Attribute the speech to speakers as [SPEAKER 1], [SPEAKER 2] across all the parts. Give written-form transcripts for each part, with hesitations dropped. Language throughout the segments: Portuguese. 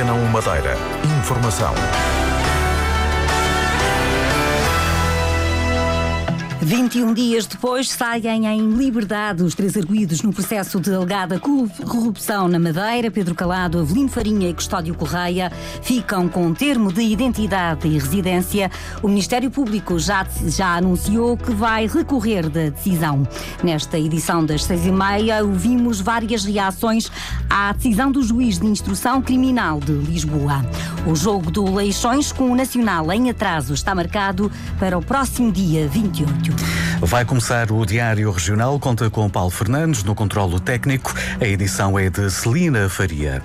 [SPEAKER 1] Antena 1 Madeira. Informação.
[SPEAKER 2] 21 dias depois, saem em liberdade os 3 arguidos no processo de alegada corrupção na Madeira. Pedro Calado, Avelino Farinha e Custódio Correia ficam com termo de identidade e residência. O Ministério Público já anunciou que vai recorrer da decisão. Nesta edição das 6h30, ouvimos várias reações à decisão do juiz de instrução criminal de Lisboa. O jogo do Leixões com o Nacional em atraso está marcado para o próximo dia 28.
[SPEAKER 3] Vai começar o Diário Regional, conta com Paulo Fernandes no controlo técnico. A edição é de Celina Faria.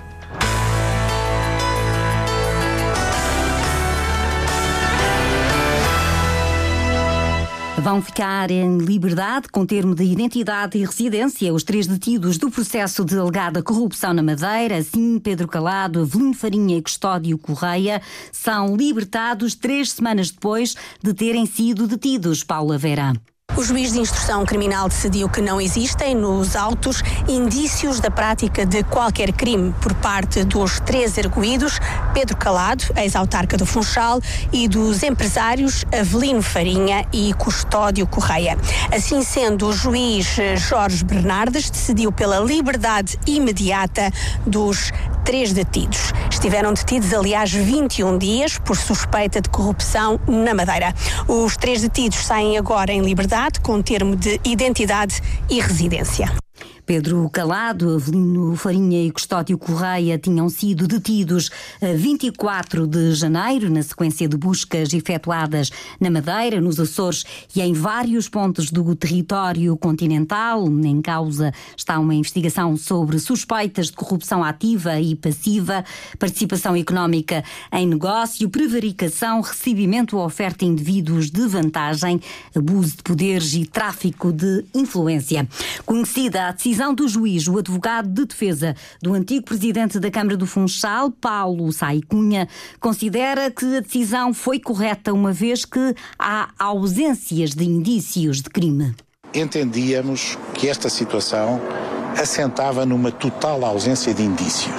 [SPEAKER 2] Vão ficar em liberdade com termo de identidade e residência os 3 detidos do processo de alegada corrupção na Madeira. Assim, Pedro Calado, Avelino Farinha e Custódio Correia são libertados 3 semanas depois de terem sido detidos. Paula Vera.
[SPEAKER 4] O juiz de instrução criminal decidiu que não existem nos autos indícios da prática de qualquer crime por parte dos 3 arguidos, Pedro Calado, ex-autarca do Funchal, e dos empresários Avelino Farinha e Custódio Correia. Assim sendo, o juiz Jorge Bernardes decidiu pela liberdade imediata dos 3 detidos. Estiveram detidos, aliás, 21 dias por suspeita de corrupção na Madeira. Os 3 detidos saem agora em liberdade com termo de identidade e residência.
[SPEAKER 2] Pedro Calado, Avelino Farinha e Custódio Correia tinham sido detidos a 24 de janeiro, na sequência de buscas efetuadas na Madeira, nos Açores e em vários pontos do território continental. Em causa está uma investigação sobre suspeitas de corrupção ativa e passiva, participação económica em negócio, prevaricação, recebimento ou oferta a indivíduos de vantagem, abuso de poderes e tráfico de influência. Conhecida a decisão do juiz, o advogado de defesa do antigo presidente da Câmara do Funchal, Paulo Sá e Cunha, considera que a decisão foi correta, uma vez que há ausências de indícios de crime.
[SPEAKER 5] Entendíamos que esta situação assentava numa total ausência de indícios.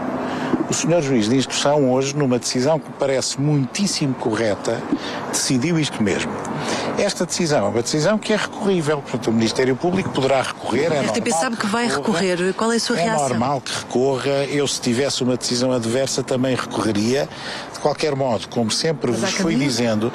[SPEAKER 5] O senhor juiz de instrução hoje, numa decisão que parece muitíssimo correta, decidiu isto mesmo. Esta decisão é uma decisão que é recorrível, portanto o Ministério Público poderá recorrer.
[SPEAKER 6] A RTP sabe que vai recorrer, qual é a sua reação?
[SPEAKER 5] É normal que recorra, eu se tivesse uma decisão adversa também recorreria. De qualquer modo, como sempre vos fui dizendo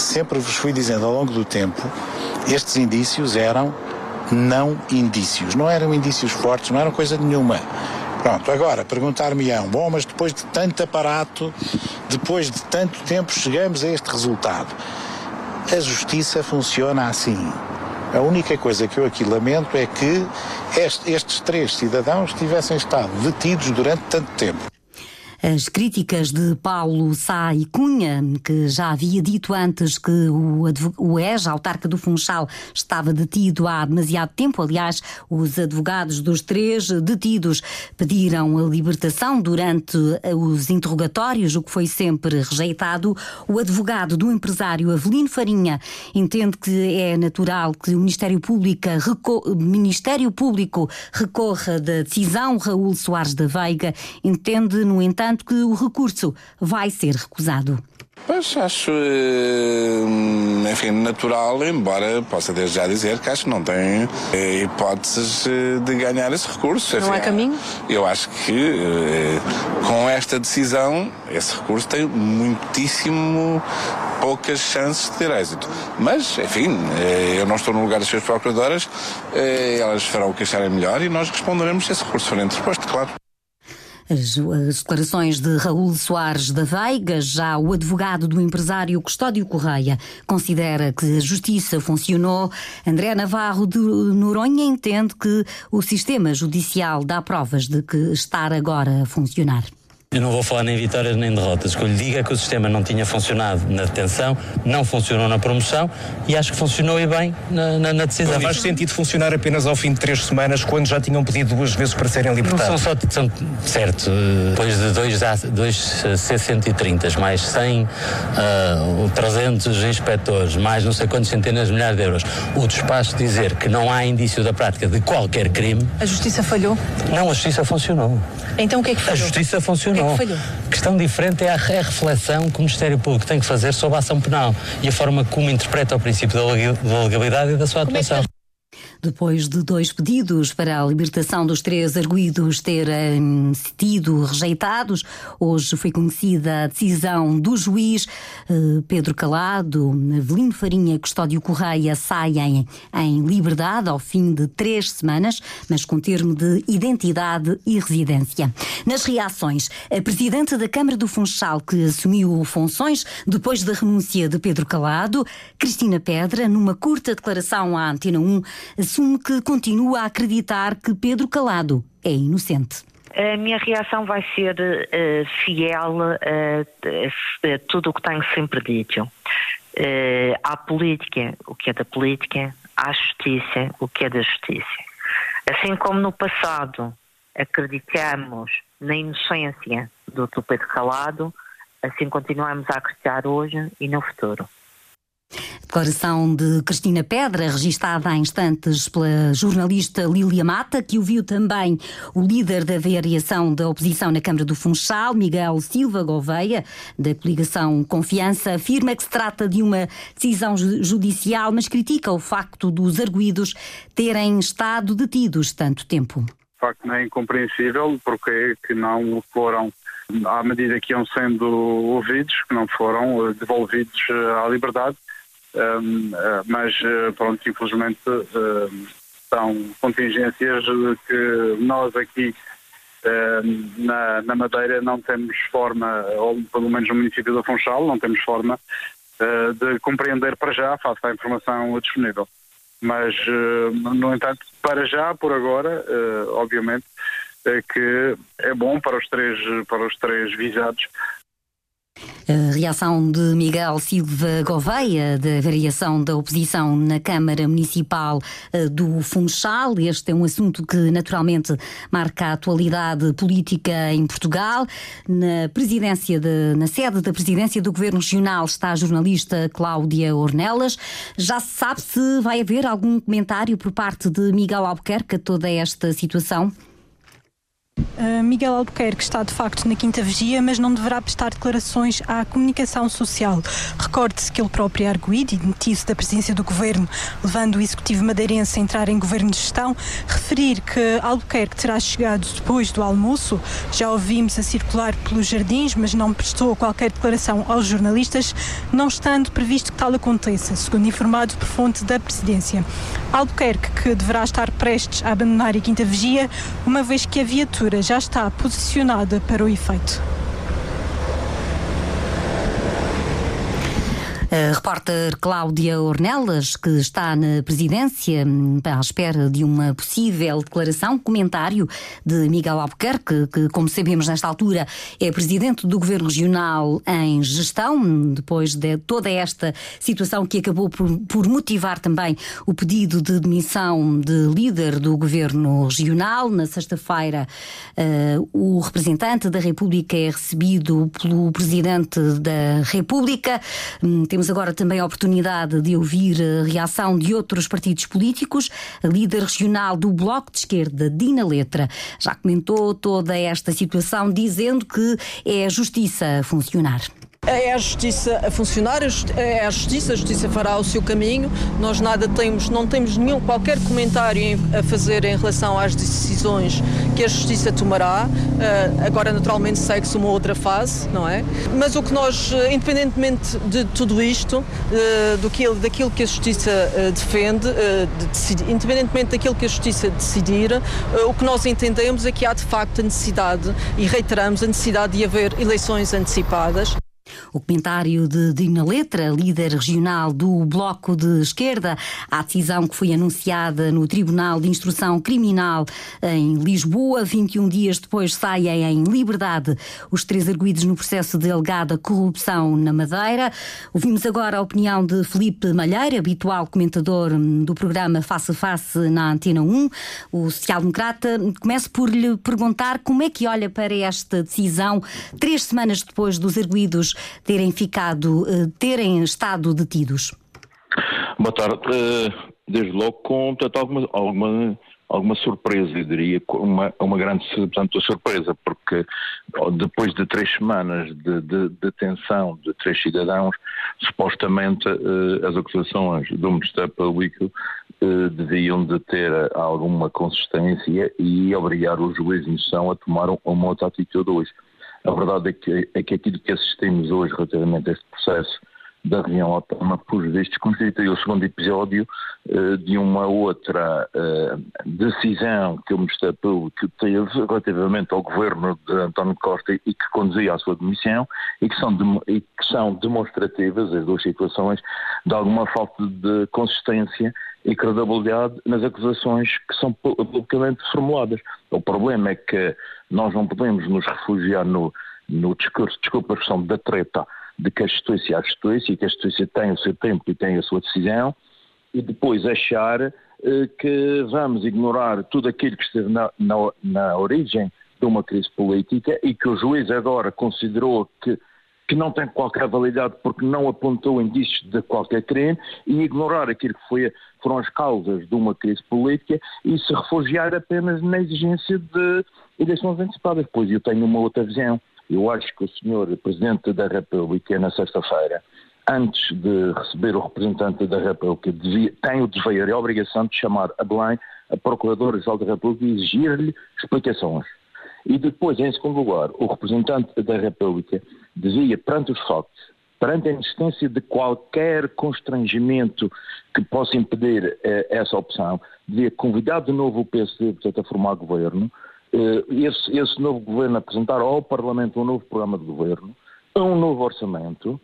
[SPEAKER 5] ao longo do tempo, estes indícios eram não indícios, não eram indícios fortes, não eram coisa nenhuma. Pronto, agora, perguntar-me-ão, bom, mas depois de tanto aparato, depois de tanto tempo, chegamos a este resultado. A justiça funciona assim. A única coisa que eu aqui lamento é que estes 3 cidadãos tivessem estado detidos durante tanto tempo.
[SPEAKER 2] As críticas de Paulo Sá e Cunha, que já havia dito antes que o ex-autarca do Funchal estava detido há demasiado tempo. Aliás, os advogados dos 3 detidos pediram a libertação durante os interrogatórios, o que foi sempre rejeitado. O advogado do empresário Avelino Farinha entende que é natural que o Ministério Público recorra da decisão. Raul Soares da Veiga entende, no entanto, que o recurso vai ser recusado.
[SPEAKER 7] Pois acho, enfim, natural, embora possa desde já dizer que acho que não tem hipóteses de ganhar esse recurso.
[SPEAKER 6] Não há caminho?
[SPEAKER 7] Eu acho que com esta decisão esse recurso tem muitíssimo poucas chances de ter êxito. Mas, enfim, eu não estou no lugar das suas procuradoras, elas farão o que acharem melhor e nós responderemos se esse recurso for interposto, claro.
[SPEAKER 2] As declarações de Raul Soares da Veiga. Já o advogado do empresário Custódio Correia considera que a justiça funcionou. André Navarro de Noronha entende que o sistema judicial dá provas de que está agora a funcionar.
[SPEAKER 8] Eu não vou falar nem vitórias nem derrotas. O que eu lhe digo é que o sistema não tinha funcionado na detenção, não funcionou na promoção e acho que funcionou e bem na decisão.
[SPEAKER 9] Faz sentido funcionar apenas ao fim de 3 semanas, quando já tinham pedido 2 vezes para serem libertados?
[SPEAKER 8] Certo, depois de 2 C-130, mais 100, 300 inspectores, mais não sei quantos centenas de milhares de euros, o despacho dizer que não há indício da prática de qualquer crime...
[SPEAKER 6] A justiça falhou?
[SPEAKER 8] Não, a justiça funcionou.
[SPEAKER 6] Então o que é que falhou?
[SPEAKER 8] A justiça funcionou. questão diferente é a reflexão que o Ministério Público tem que fazer sobre a ação penal e a forma como interpreta o princípio da legalidade e da sua atuação.
[SPEAKER 2] Depois de 2 pedidos para a libertação dos 3 arguidos terem sido rejeitados, hoje foi conhecida a decisão do juiz. Pedro Calado, Avelino Farinha e Custódio Correia saem em liberdade ao fim de 3 semanas, mas com termo de identidade e residência. Nas reações, a Presidente da Câmara do Funchal, que assumiu funções depois da renúncia de Pedro Calado, Cristina Pedra, numa curta declaração à Antena 1, assume que continua a acreditar que Pedro Calado é inocente.
[SPEAKER 10] A minha reação vai ser fiel a tudo o que tenho sempre dito. À política, o que é da política, à justiça, o que é da justiça. Assim como no passado acreditamos na inocência do Dr. Pedro Calado, assim continuamos a acreditar hoje e no futuro.
[SPEAKER 2] Declaração de Cristina Pedra, registada há instantes pela jornalista Lília Mata, que ouviu também o líder da variação da oposição na Câmara do Funchal, Miguel Silva Gouveia, da coligação Confiança, afirma que se trata de uma decisão judicial, mas critica o facto dos arguidos terem estado detidos tanto tempo.
[SPEAKER 11] De facto, é incompreensível porque é que não foram, à medida que iam sendo ouvidos, que não foram devolvidos à liberdade. Mas pronto, infelizmente são contingências que nós aqui na Madeira não temos forma, ou pelo menos no município do Funchal, não temos forma de compreender para já, face à informação disponível. Mas, no entanto, para já, por agora, obviamente, que é bom para os três visados.
[SPEAKER 2] A reação de Miguel Silva Gouveia, da variação da oposição na Câmara Municipal do Funchal. Este é um assunto que naturalmente marca a atualidade política em Portugal. Na sede da Presidência do Governo Regional está a jornalista Cláudia Ornelas. Já se sabe se vai haver algum comentário por parte de Miguel Albuquerque a toda esta situação?
[SPEAKER 12] Miguel Albuquerque está de facto na quinta vigia, mas não deverá prestar declarações à comunicação social. Recorde-se que ele próprio é arguido e demitido da presidência do governo, levando o executivo madeirense a entrar em governo de gestão. Referir que Albuquerque terá chegado depois do almoço, já ouvimos a circular pelos jardins, mas não prestou qualquer declaração aos jornalistas, não estando previsto que tal aconteça, segundo informado por fonte da presidência. Albuquerque, que deverá estar prestes a abandonar a quinta vigia, uma vez que a viatura já está posicionada para o efeito.
[SPEAKER 2] A repórter Cláudia Ornelas, que está na presidência à espera de uma possível declaração, comentário de Miguel Albuquerque, que, como sabemos nesta altura, é presidente do Governo Regional em gestão, depois de toda esta situação que acabou por motivar também o pedido de demissão de líder do Governo Regional. Na sexta-feira, o representante da República é recebido pelo Presidente da República. Temos agora também a oportunidade de ouvir a reação de outros partidos políticos. A líder regional do Bloco de Esquerda, Dina Letra, já comentou toda esta situação, dizendo que é a justiça a funcionar.
[SPEAKER 13] É a justiça a funcionar, a justiça fará o seu caminho. Nós não temos qualquer comentário a fazer em relação às decisões que a justiça tomará. Agora, naturalmente, segue-se uma outra fase, não é? Mas o que nós, independentemente de tudo isto, daquilo que a justiça defende, independentemente daquilo que a justiça decidir, o que nós entendemos é que há de facto a necessidade, e reiteramos a necessidade de haver eleições antecipadas.
[SPEAKER 2] O comentário de Dina Letra, líder regional do Bloco de Esquerda, à decisão que foi anunciada no Tribunal de Instrução Criminal em Lisboa. 21 dias depois saem em liberdade os 3 arguidos no processo de alegada corrupção na Madeira. Ouvimos agora a opinião de Filipe Malheiro, habitual comentador do programa Face a Face na Antena 1. O social-democrata, começo por lhe perguntar como é que olha para esta decisão 3 semanas depois dos arguidos terem estado detidos.
[SPEAKER 14] Boa tarde. desde logo com, portanto, alguma surpresa, eu diria, uma grande, portanto, surpresa, porque depois de 3 semanas de detenção de 3 cidadãos, supostamente as acusações do Ministério Público deviam de ter alguma consistência e obrigar o juiz de instrução a tomar uma outra atitude hoje. A verdade é que aquilo que assistimos hoje relativamente a este processo da região autónoma, por vistos, constitui o segundo episódio de uma outra decisão que o Ministério Público teve relativamente ao governo de António Costa e que conduzia à sua demissão e que são demonstrativas, as duas situações, de alguma falta de consistência e credibilidade nas acusações que são publicamente formuladas. O problema é que nós não podemos nos refugiar no discurso, desculpa a expressão, da treta, de que a justiça é a justiça e que a justiça tem o seu tempo e tem a sua decisão, e depois achar que vamos ignorar tudo aquilo que esteve na origem de uma crise política e que o juiz agora considerou que não tem qualquer validade porque não apontou indícios de qualquer crime, e ignorar aquilo que foram as causas de uma crise política e se refugiar apenas na exigência de eleições antecipadas. Pois eu tenho uma outra visão. Eu acho que o Sr. Presidente da República, na sexta-feira, antes de receber o representante da República, tem o dever e a obrigação de chamar a Belém a Procuradora-Geral da República e exigir-lhe explicações. E depois, em segundo lugar, o representante da República devia, perante os factos, perante a existência de qualquer constrangimento que possa impedir essa opção, devia convidar de novo o PSD, portanto, a formar governo, esse novo governo apresentar ao Parlamento um novo programa de governo, um novo orçamento.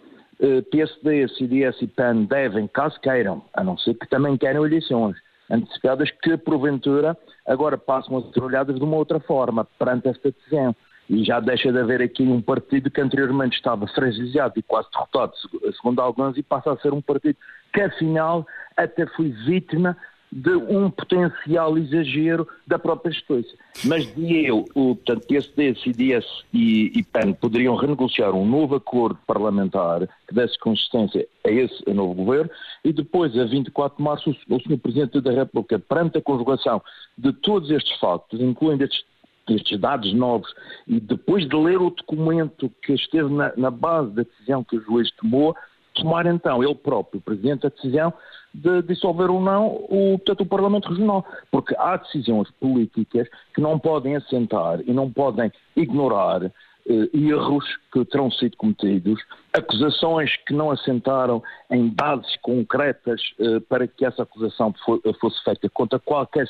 [SPEAKER 14] PSD, CDS e PAN devem, caso queiram, a não ser que também queiram eleições antecipadas, que porventura agora passam a ser olhadas de uma outra forma perante esta decisão. E já deixa de haver aqui um partido que anteriormente estava fragilizado e quase derrotado, segundo alguns, e passa a ser um partido que afinal até foi vítima de um potencial exagero da própria justiça. Mas portanto, PSD, CDS e PAN poderiam renegociar um novo acordo parlamentar que desse consistência a esse novo governo, e depois, a 24 de março, o Sr. Presidente da República, perante a conjugação de todos estes factos, incluindo estes dados novos, e depois de ler o documento que esteve na base da decisão que o juiz tomar então ele próprio, o Presidente, a decisão de dissolver ou não o Parlamento Regional. Porque há decisões políticas que não podem assentar e não podem ignorar erros que terão sido cometidos, acusações que não assentaram em bases concretas para que essa acusação fosse feita contra qualquer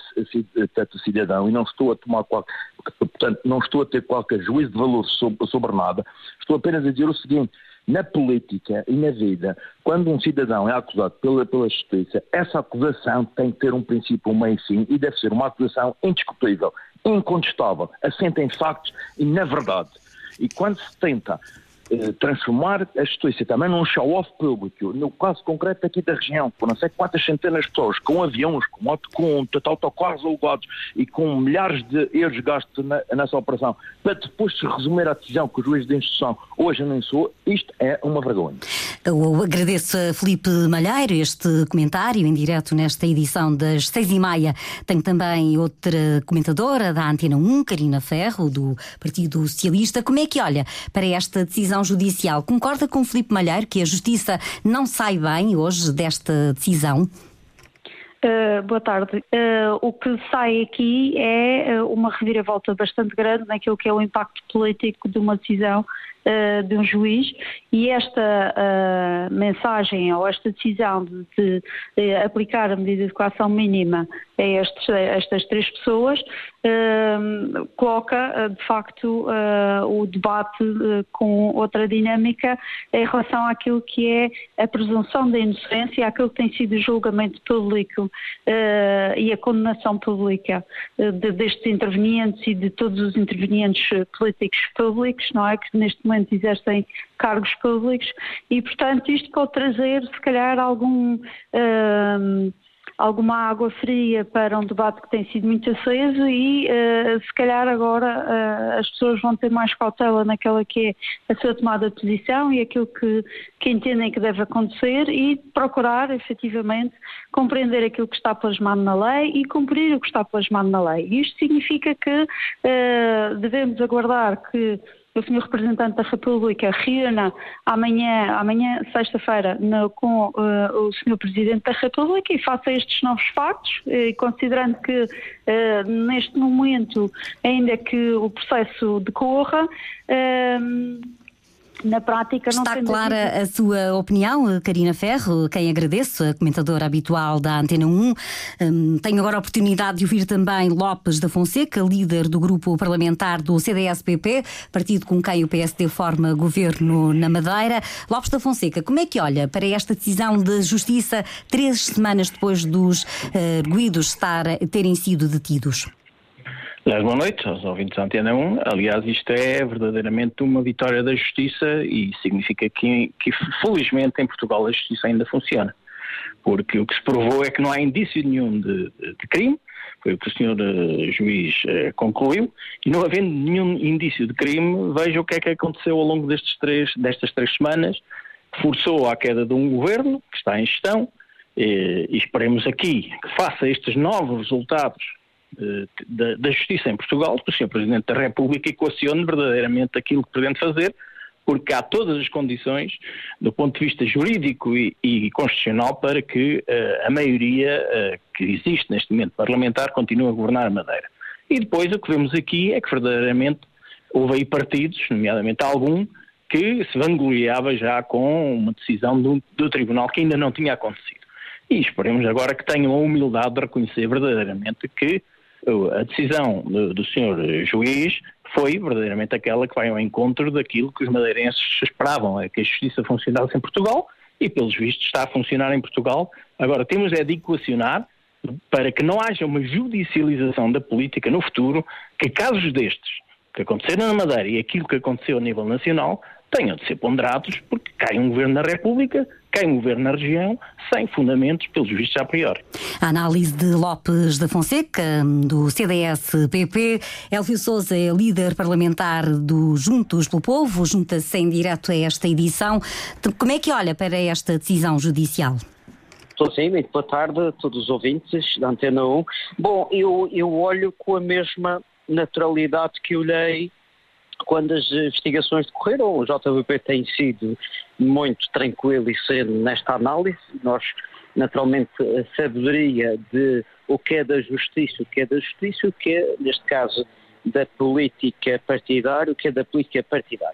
[SPEAKER 14] cidadão, e não estou a tomar portanto, não estou a ter qualquer juízo de valor sobre nada, estou apenas a dizer o seguinte: na política e na vida, quando um cidadão é acusado pela justiça, essa acusação tem que ter um princípio, um meio e fim, e deve ser uma acusação indiscutível, incontestável, assenta em factos e na verdade. E quando se tenta transformar a justiça também num show-off público, no caso concreto aqui da região, por não sei quantas centenas de pessoas, com aviões, com autocarros alugados e com milhares de euros gastos nessa operação, para depois se resumir à decisão que o juiz de instrução hoje anunciou, isto é uma vergonha.
[SPEAKER 2] Eu agradeço a Filipe Malheiro este comentário em direto nesta edição das 6h30. Tenho também outra comentadora da Antena 1, Karina Ferro, do Partido Socialista. Como é que olha para esta decisão judicial? Concorda com o Filipe Malheiro que a Justiça não sai bem hoje desta decisão?
[SPEAKER 15] Boa tarde. O que sai aqui é uma reviravolta bastante grande naquilo que é o impacto político de uma decisão de um juiz, e esta mensagem ou esta decisão de aplicar a medida de coação mínima a estas 3 pessoas coloca de facto o debate com outra dinâmica em relação àquilo que é a presunção da inocência, àquilo que tem sido o julgamento público e a condenação pública destes intervenientes e de todos os intervenientes políticos públicos, não é, que neste momento exercem cargos públicos, e portanto isto pode trazer se calhar alguma água fria para um debate que tem sido muito aceso e se calhar agora as pessoas vão ter mais cautela naquela que é a sua tomada de posição e aquilo que entendem que deve acontecer e procurar efetivamente compreender aquilo que está plasmado na lei e cumprir o que está plasmado na lei. Isto significa que devemos aguardar que o Sr. Representante da República reúna amanhã sexta-feira, com o Sr. Presidente da República e faça estes novos factos, considerando que neste momento, ainda que o processo decorra, na prática não
[SPEAKER 2] está clara a sua opinião, Carina Ferro, quem agradeço, a comentadora habitual da Antena 1. Tenho agora a oportunidade de ouvir também Lopes da Fonseca, líder do grupo parlamentar do CDS-PP, partido com quem o PSD forma governo na Madeira. Lopes da Fonseca, como é que olha para esta decisão da Justiça 3 semanas depois dos arguidos terem sido detidos?
[SPEAKER 14] Boa noite aos ouvintes da Antena 1. Aliás, isto é verdadeiramente uma vitória da Justiça e significa que felizmente em Portugal a Justiça ainda funciona. Porque o que se provou é que não há indício nenhum de crime, foi o que o Sr. Juiz concluiu, e não havendo nenhum indício de crime, veja o que é que aconteceu ao longo destas 3 semanas, forçou à queda de um governo que está em gestão, e esperemos aqui que faça estes novos resultados da Justiça em Portugal, que o Sr. Presidente da República equacione verdadeiramente aquilo que pretende fazer, porque há todas as condições, do ponto de vista jurídico e constitucional, para que a maioria que existe neste momento parlamentar continue a governar a Madeira. E depois o que vemos aqui é que verdadeiramente houve aí partidos, nomeadamente algum, que se vangloriava já com uma decisão do Tribunal que ainda não tinha acontecido. E esperemos agora que tenham a humildade de reconhecer verdadeiramente que a decisão do Sr. Juiz foi verdadeiramente aquela que vai ao encontro daquilo que os madeirenses esperavam, é que a justiça funcionasse em Portugal e, pelos vistos, está a funcionar em Portugal. Agora, temos de equacionar para que não haja uma judicialização da política no futuro, que casos destes, que aconteceram na Madeira e aquilo que aconteceu a nível nacional, tenham de ser ponderados, porque cai um governo na República, cai um governo na região, sem fundamentos, pelos vistos a priori.
[SPEAKER 2] A análise de Lopes da Fonseca, do CDS-PP. Elvio Sousa é líder parlamentar do Juntos pelo Povo, junta-se em direto a esta edição. Como é que olha para esta decisão judicial?
[SPEAKER 16] Estou sim, muito boa tarde a todos os ouvintes da Antena 1. Bom, eu olho com a mesma naturalidade que olhei quando as investigações decorreram. O JPP tem sido muito tranquilo e sereno nesta análise. Nós, naturalmente, a sabedoria de o que é da justiça, o que é da justiça, o que é, neste caso, da política partidária, o que é da política partidária.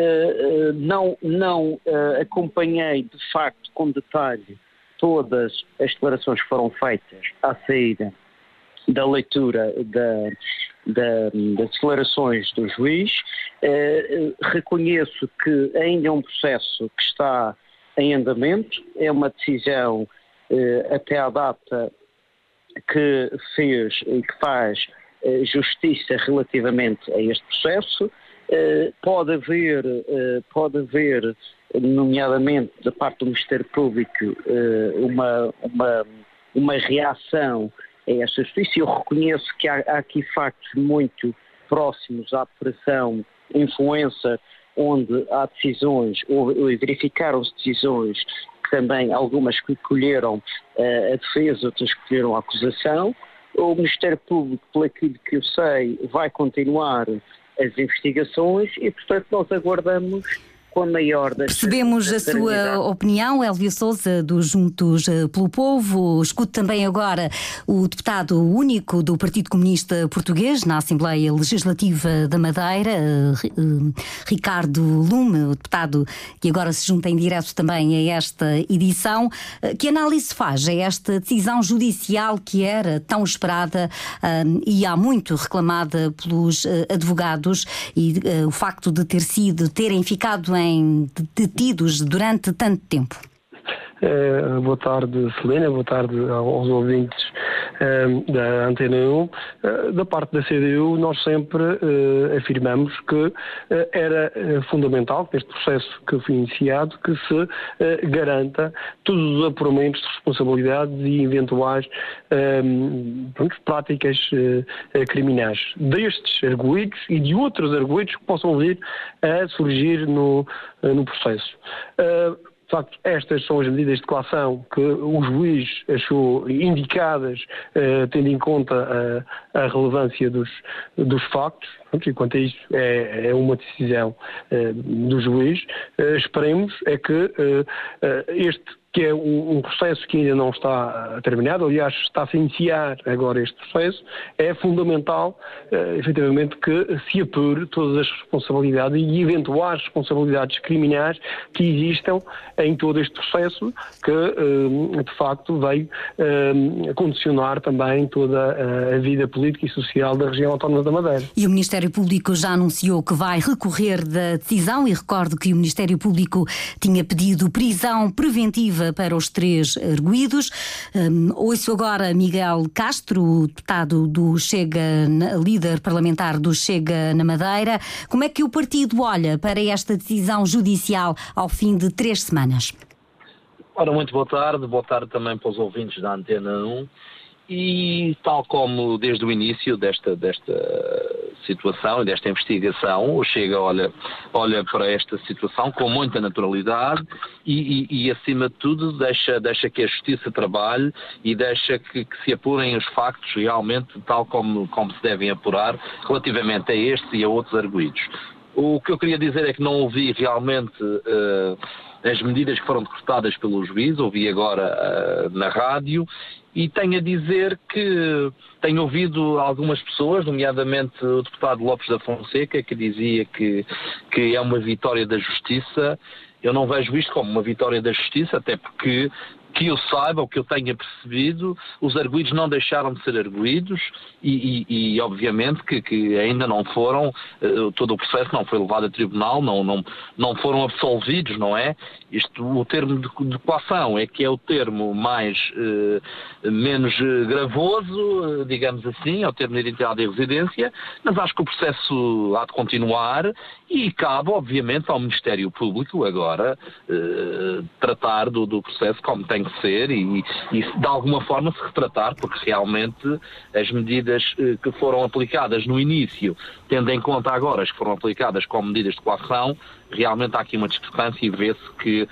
[SPEAKER 16] Não acompanhei, de facto, com detalhe, todas as declarações que foram feitas à saída da leitura das declarações do juiz. Reconheço que ainda é um processo que está em andamento, é uma decisão até à data que fez e que faz justiça relativamente a este processo. Pode haver, nomeadamente da parte do Ministério Público, uma reação a esta justiça. Eu reconheço que há aqui factos muito próximos à operação influencer, onde há decisões, ou verificaram-se decisões que também algumas que colheram a defesa, outras que colheram a acusação. O Ministério Público, pelo aquilo que eu sei, vai continuar as investigações e, portanto, nós aguardamos com a maior das...
[SPEAKER 2] Percebemos a sua opinião, Elvio Sousa, do Juntos pelo Povo. Escuto também agora o deputado único do Partido Comunista Português na Assembleia Legislativa da Madeira, Ricardo Lume, o deputado que agora se junta em direto também a esta edição. Que análise faz a esta decisão judicial que era tão esperada e há muito reclamada pelos advogados, e o facto de terem ficado detidos durante tanto tempo?
[SPEAKER 17] Boa tarde, Celina, boa tarde aos ouvintes da Antena 1. Da parte da CDU, nós sempre afirmamos que era fundamental, neste processo que foi iniciado, que se garanta todos os apuramentos de responsabilidades e eventuais práticas criminais destes arguidos e de outros arguidos que possam vir a surgir no processo. De facto, estas são as medidas de coação que o juiz achou indicadas, tendo em conta a relevância dos factos, e quanto a isso é uma decisão do juiz. Esperemos é que este, que é um processo que ainda não está terminado, aliás, está-se a iniciar agora este processo, é fundamental, efetivamente, que se apure todas as responsabilidades e eventuais responsabilidades criminais que existam em todo este processo, que, de facto, veio condicionar também toda a vida política e social da região autónoma da Madeira.
[SPEAKER 2] E o Ministério Público já anunciou que vai recorrer da decisão, e recordo que o Ministério Público tinha pedido prisão preventiva para os 3 arguidos. Ouço agora Miguel Castro, deputado do Chega, líder parlamentar do Chega na Madeira. Como é que o partido olha para esta decisão judicial ao fim de 3 semanas?
[SPEAKER 18] Ora, muito boa tarde também para os ouvintes da Antena 1. E tal como desde o início desta situação e desta investigação, o Chega olha para esta situação com muita naturalidade e acima de tudo, deixa que a Justiça trabalhe e deixa que se apurem os factos realmente tal como se devem apurar relativamente a estes e a outros arguidos. O que eu queria dizer é que não ouvi realmente as medidas que foram decretadas pelo juiz, ouvi agora na rádio, e tenho a dizer que tenho ouvido algumas pessoas, nomeadamente o deputado Lopes da Fonseca, que dizia que é uma vitória da Justiça. Eu não vejo isto como uma vitória da Justiça, até porque, que eu saiba, o que eu tenha percebido, os arguidos não deixaram de ser arguidos e obviamente que ainda não foram, todo o processo não foi levado a tribunal, não foram absolvidos, não é? O termo de coação é que é o termo menos gravoso, digamos assim, é o termo de identidade e residência, mas acho que o processo há de continuar e cabe, obviamente, ao Ministério Público agora tratar do processo como tem que ser e de alguma forma se retratar, porque realmente as medidas que foram aplicadas no início, tendo em conta agora as que foram aplicadas como medidas de coação, realmente há aqui uma discrepância e vê-se que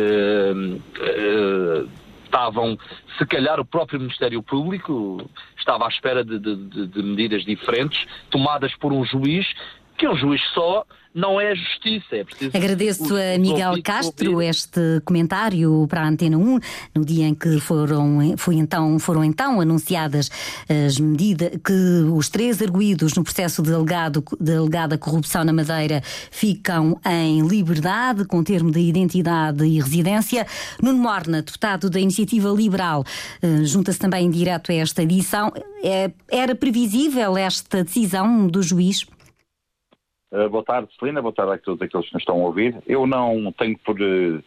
[SPEAKER 18] estavam, se calhar o próprio Ministério Público estava à espera de medidas diferentes tomadas por um juiz, que um juiz só não é justiça. É preciso.
[SPEAKER 2] Agradeço a Miguel Castro este comentário para a Antena 1, no dia em que foram então anunciadas as medidas, que os 3 arguidos no processo de alegada corrupção na Madeira ficam em liberdade, com termo de identidade e residência. Nuno Morna, deputado da Iniciativa Liberal, junta-se também em direto a esta edição. Era previsível esta decisão do juiz?
[SPEAKER 14] Boa tarde, Celina. Boa tarde a todos aqueles que nos estão a ouvir. Eu não tenho por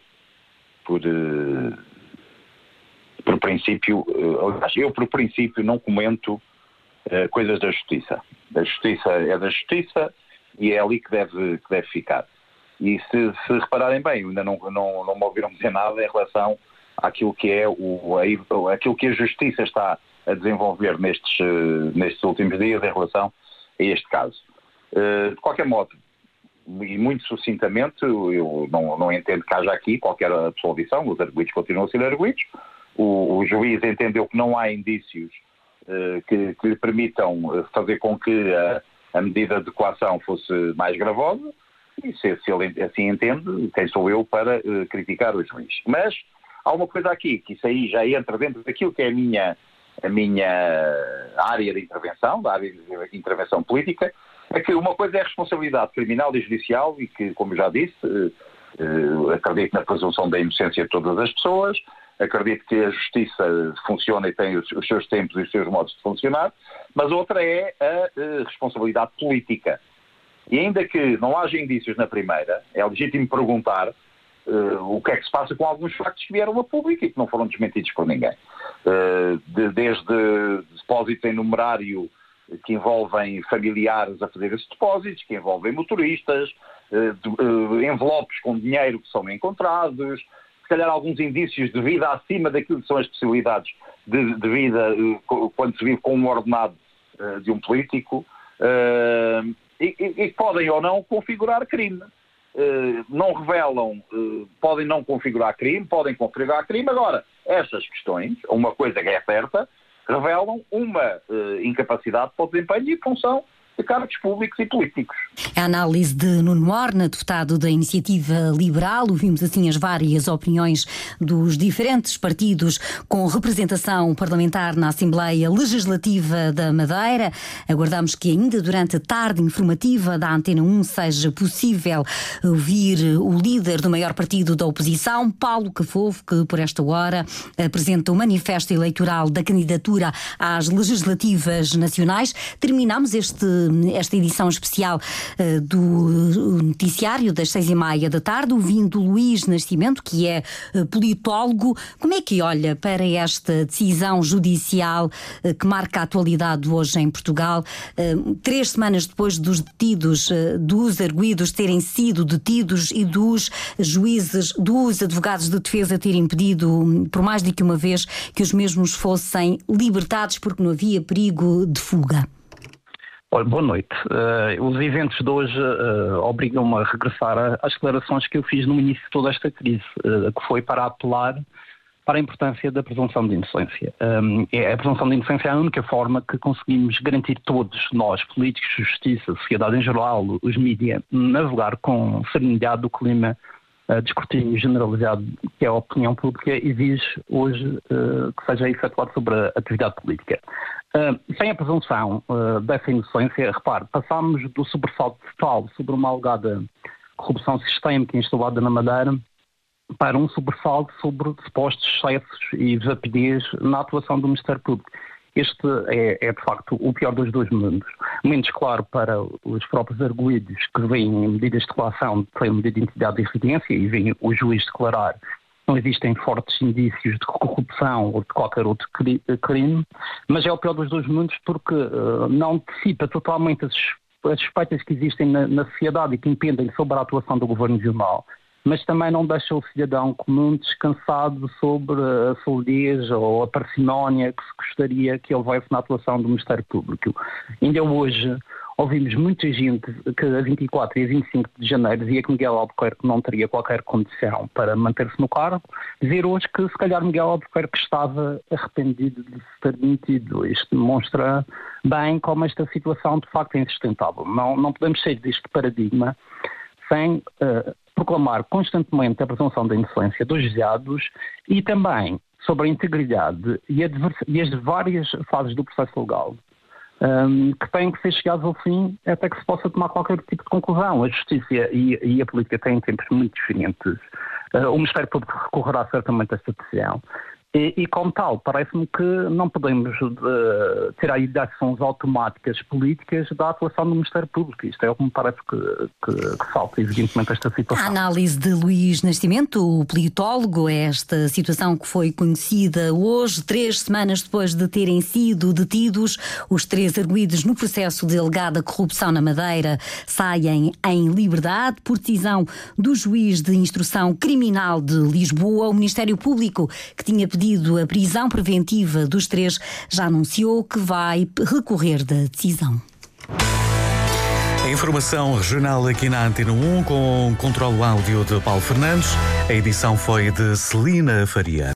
[SPEAKER 14] princípio, aliás, eu por princípio não comento coisas da Justiça. A Justiça é da Justiça e é ali que deve ficar. E se repararem bem, ainda não me ouviram dizer nada em relação àquilo que é aquilo que a Justiça está a desenvolver nestes últimos dias em relação a este caso. De qualquer modo, e muito sucintamente, eu não entendo que haja aqui qualquer absolvição, os arguidos continuam a ser arguidos. O juiz entendeu que não há indícios que lhe permitam fazer com que a medida de coação fosse mais gravosa, e se ele assim entende, quem sou eu para criticar o juiz. Mas há uma coisa aqui, que isso aí já entra dentro daquilo que é a minha área de intervenção, da área de intervenção política, é que uma coisa é a responsabilidade criminal e judicial e que, como já disse, acredito na presunção da inocência de todas as pessoas, acredito que a justiça funciona e tem os seus tempos e os seus modos de funcionar, mas outra é a responsabilidade política. E ainda que não haja indícios na primeira, é legítimo perguntar
[SPEAKER 19] o que é que se passa com alguns factos que vieram a público e que não foram desmentidos por ninguém. Desde depósitos em numerário que envolvem familiares a fazer esses depósitos, que envolvem motoristas, envelopes com dinheiro que são encontrados, se calhar alguns indícios de vida acima daquilo que são as possibilidades de vida quando se vive com um ordenado de um político, e podem ou não configurar crime. Não revelam, podem não configurar crime, podem configurar crime. Agora, estas questões, uma coisa que é certa, revelam uma incapacidade para o desempenho e função de cargos públicos e políticos.
[SPEAKER 2] A análise de Nuno Horna, deputado da Iniciativa Liberal. Ouvimos assim as várias opiniões dos diferentes partidos com representação parlamentar na Assembleia Legislativa da Madeira. Aguardamos que ainda durante a tarde informativa da Antena 1 seja possível ouvir o líder do maior partido da oposição, Paulo Cafofo, que por esta hora apresenta o manifesto eleitoral da candidatura às legislativas nacionais. Terminamos esta edição especial do noticiário das 6h30 da tarde, ouvindo Luís Nascimento, que é politólogo. Como é que olha para esta decisão judicial que marca a atualidade hoje em Portugal? 3 semanas depois dos detidos, dos arguidos terem sido detidos e dos juízes, dos advogados de defesa terem pedido por mais de que uma vez que os mesmos fossem libertados porque não havia perigo de fuga.
[SPEAKER 20] Olha, boa noite. Os eventos de hoje obrigam-me a regressar às declarações que eu fiz no início de toda esta crise, que foi para apelar para a importância da presunção de inocência. A presunção de inocência é a única forma que conseguimos garantir todos nós, políticos, justiça, sociedade em geral, os mídias, navegar com serenidade do clima de escrutínio generalizado que a opinião pública exige hoje que seja efetuado sobre a atividade política. Sem a presunção dessa inocência, repare, passámos do sobressalto total sobre uma alegada corrupção sistémica instalada na Madeira para um sobressalto sobre supostos excessos e rapidez na atuação do Ministério Público. Este é de facto o pior dos dois mundos. Menos claro para os próprios arguidos que veem medidas de coação sem medida de identidade e residência e veem o juiz declarar não existem fortes indícios de corrupção ou de qualquer outro crime, mas é o pior dos dois mundos porque não dissipa totalmente as suspeitas que existem na sociedade e que impendem sobre a atuação do Governo Regional, mas também não deixa o cidadão comum descansado sobre a solidez ou a parcimónia que se gostaria que houvesse na atuação do Ministério Público. Ainda hoje ouvimos muita gente que a 24 e a 25 de janeiro dizia que Miguel Albuquerque não teria qualquer condição para manter-se no cargo, dizer hoje que se calhar Miguel Albuquerque estava arrependido de se ter demitido. Isto demonstra bem como esta situação de facto é insustentável. Não podemos sair deste paradigma sem proclamar constantemente a presunção da inocência dos juizados e também sobre a integridade e as várias fases do processo legal que têm que ser chegados ao fim até que se possa tomar qualquer tipo de conclusão. A justiça e a política têm tempos muito diferentes. O Ministério Público recorrerá certamente a esta decisão. E como tal, parece-me que não podemos ter aí ações automáticas políticas da atuação do Ministério Público. Isto é o que me parece que falta, evidentemente, esta situação.
[SPEAKER 2] A análise de Luís Nascimento, o politólogo, esta situação que foi conhecida hoje, 3 semanas depois de terem sido detidos, os 3 arguidos no processo de alegada corrupção na Madeira saem em liberdade por decisão do juiz de instrução criminal de Lisboa. O Ministério Público, que tinha pedido a prisão preventiva dos 3, já anunciou que vai recorrer da decisão.
[SPEAKER 3] A informação regional aqui na Antena 1 com controle áudio de Paulo Fernandes. A edição foi de Celina Faria.